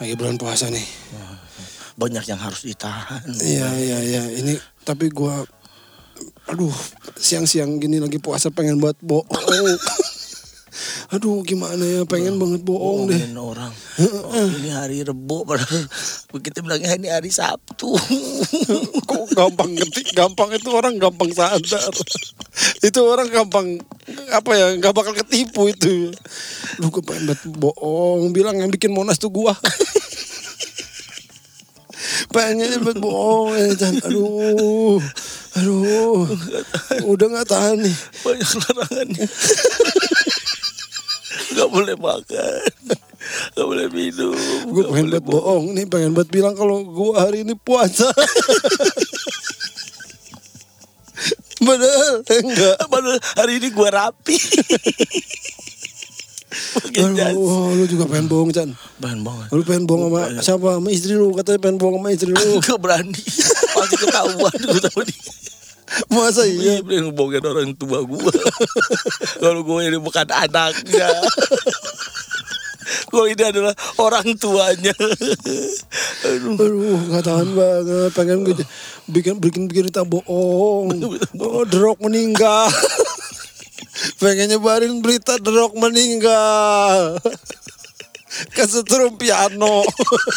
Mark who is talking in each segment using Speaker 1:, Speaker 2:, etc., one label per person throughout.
Speaker 1: lagi bulan puasa nih.
Speaker 2: Banyak yang harus ditahan.
Speaker 1: Iya. Ini tapi gua siang-siang gini lagi puasa pengen buat bohong. Aduh gimana ya, pengen banget bohong deh.
Speaker 2: Orang. Ini hari Rebo padahal kita bilangnya ini hari Sabtu.
Speaker 1: Kok gampang itu orang gampang sadar. Itu orang gampang nggak bakal ketipu itu. Lu gue pengen banget bohong, bilang yang bikin Monas tuh gua. Pengen banget bohong aduh. Udah nggak tahan nih.
Speaker 2: Banyak larangannya. Gak boleh makan, gak boleh minum.
Speaker 1: Gue pengen banget bohong nih, pengen banget bilang kalau gue hari ini puasa. Padahal
Speaker 2: hari ini gue rapi.
Speaker 1: Lu juga pengen bohong, Chan.
Speaker 2: Pengen banget.
Speaker 1: Lu pengen bohong sama siapa? Sama istri lu, katanya pengen bohong sama istri lu.
Speaker 2: Gak berani, pasti ketahuan gue tahu dia.
Speaker 1: Masa iya?
Speaker 2: Dia ngebohongin orang tua gue. Kalau gue ini bukan anaknya. Gue ini adalah orang tuanya.
Speaker 1: Aduh, gak tahan banget. Pengen bikin berita bohong. The Rock meninggal. Pengen nyebarin berita The Rock meninggal. Kesetrum piano.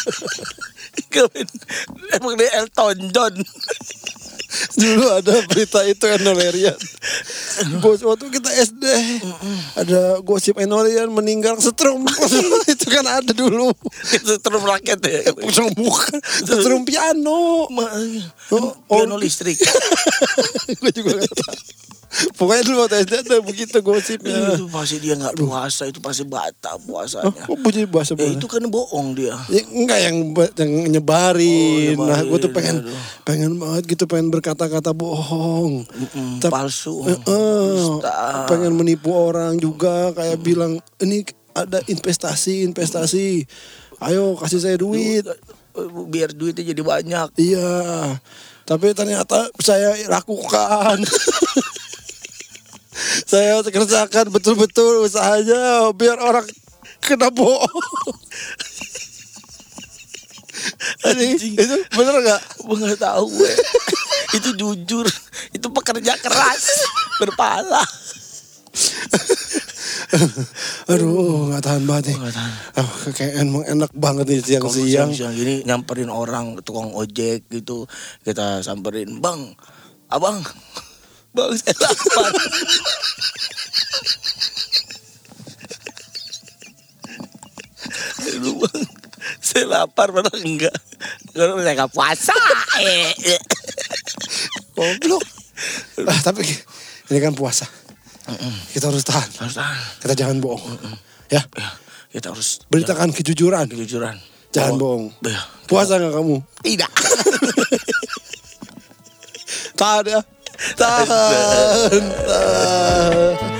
Speaker 2: Emang dia Elton John.
Speaker 1: Dulu ada berita itu Enolerian. Waktu kita SD ada gosip Enolerian meninggal setrum. Itu kan ada dulu.
Speaker 2: Setrum raket ya.
Speaker 1: Bukan. Setrum piano.
Speaker 2: Piano listrik.
Speaker 1: Gue juga gak tahu. Pokoknya dulu waktu SD ada begitu gosipnya.
Speaker 2: Itu pasti dia gak puasa. Itu pasti batal puasanya.
Speaker 1: Kok jadi bahasa
Speaker 2: itu kan bohong dia.
Speaker 1: Ya, enggak yang nyebarin. Nah gue tuh pengen banget gitu, pengen berkata-kata bohong.
Speaker 2: Palsu.
Speaker 1: Pengen menipu orang juga. Kayak bilang ini ada investasi. Ayo kasih saya duit.
Speaker 2: Biar duitnya jadi banyak.
Speaker 1: Iya. Tapi ternyata saya lakukan. Saya kerjakan betul-betul usahanya biar orang kena bohong. Itu bener gak?
Speaker 2: Gue gak tahu. Itu jujur. Itu pekerja keras berpala.
Speaker 1: Aduh gak tahan banget nih. Kayak emang enak banget nih siang-siang.
Speaker 2: Siang gini nyamperin orang tukang ojek gitu. Kita samperin, bang, abang, bang saya lapar. Aduh bang, saya lapar padahal enggak. Karena saya gak puasa.
Speaker 1: Goblok. Tapi ini kan puasa. Kita harus tahan. Kita jangan bohong. Ya.
Speaker 2: Kita harus
Speaker 1: beritakan kejujuran. Jangan bohong. Puasa gak kamu?
Speaker 2: Tidak.
Speaker 1: Tahan ya. Tahan.